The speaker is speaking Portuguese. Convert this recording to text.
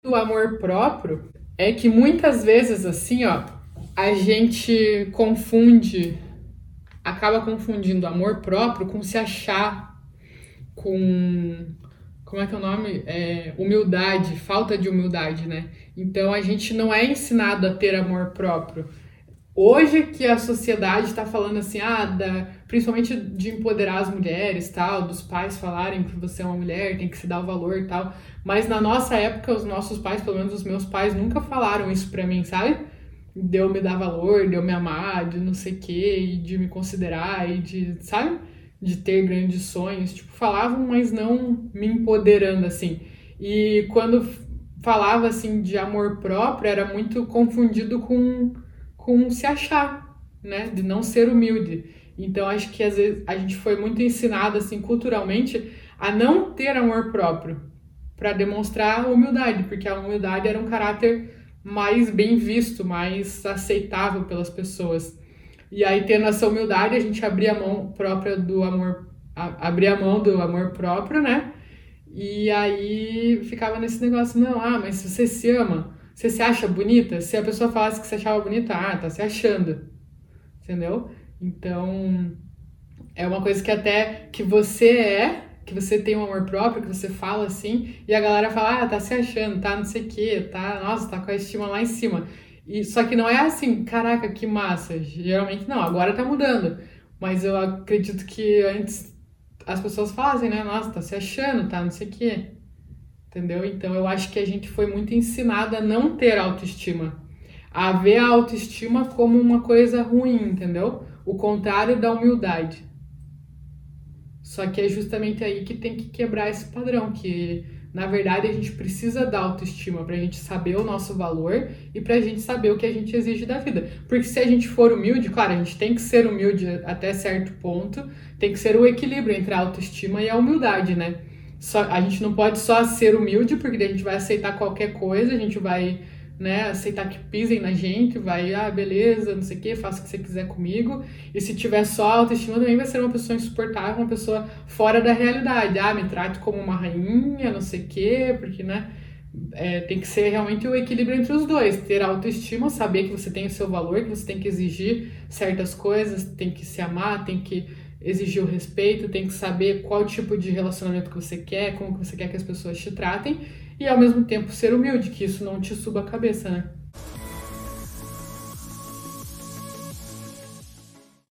Do amor próprio é que muitas vezes, assim, ó, a gente acaba confundindo amor próprio com se achar, com, como é que é o nome? Humildade, falta de humildade, né? Então a gente não é ensinado a ter amor próprio. Hoje que a sociedade está falando assim, principalmente de empoderar as mulheres, tal, dos pais falarem que você é uma mulher, tem que se dar o valor e tal. Mas na nossa época, os nossos pais, pelo menos os meus pais, nunca falaram isso pra mim, sabe? De eu me dar valor, de eu me amar, de não sei o quê, e de me considerar, e de, sabe? De ter grandes sonhos. Tipo, falavam, mas não me empoderando, assim. E quando falava, assim, de amor próprio, era muito confundido com se achar, né? De não ser humilde. Então acho que às vezes a gente foi muito ensinado assim culturalmente a não ter amor próprio para demonstrar humildade, porque a humildade era um caráter mais bem visto, mais aceitável pelas pessoas. E aí tendo essa humildade, a gente abria a mão própria do amor, abria a mão do amor próprio, né? E aí ficava nesse negócio, não, mas se você se ama, você se acha bonita? Se a pessoa falasse que você achava bonita, tá se achando, entendeu? Então, é uma coisa que até que você tem um amor próprio, que você fala assim, e a galera fala, tá se achando, tá não sei o quê, tá, nossa, tá com a estima lá em cima. E, só que não é assim, caraca, que massa. Geralmente não, agora tá mudando. Mas eu acredito que antes as pessoas fazem, né? Nossa, tá se achando, tá não sei o quê. Entendeu? Então eu acho que a gente foi muito ensinado a não ter autoestima. A ver a autoestima como uma coisa ruim, entendeu? O contrário da humildade. Só que é justamente aí que tem que quebrar esse padrão, que na verdade a gente precisa da autoestima pra gente saber o nosso valor e pra gente saber o que a gente exige da vida. Porque se a gente for humilde, claro, a gente tem que ser humilde até certo ponto, tem que ser o equilíbrio entre a autoestima e a humildade, né? A gente não pode só ser humilde, porque daí a gente vai aceitar qualquer coisa, a gente vai, né, aceitar que pisem na gente, vai, beleza, não sei o que, faça o que você quiser comigo. E se tiver só autoestima, também vai ser uma pessoa insuportável, uma pessoa fora da realidade. Me trate como uma rainha, não sei o que, porque, né, tem que ser realmente o equilíbrio entre os dois. Ter autoestima, saber que você tem o seu valor, que você tem que exigir certas coisas, tem que se amar, tem que exigir o respeito, tem que saber qual tipo de relacionamento que você quer, como que você quer que as pessoas te tratem, e ao mesmo tempo ser humilde, que isso não te suba a cabeça, né?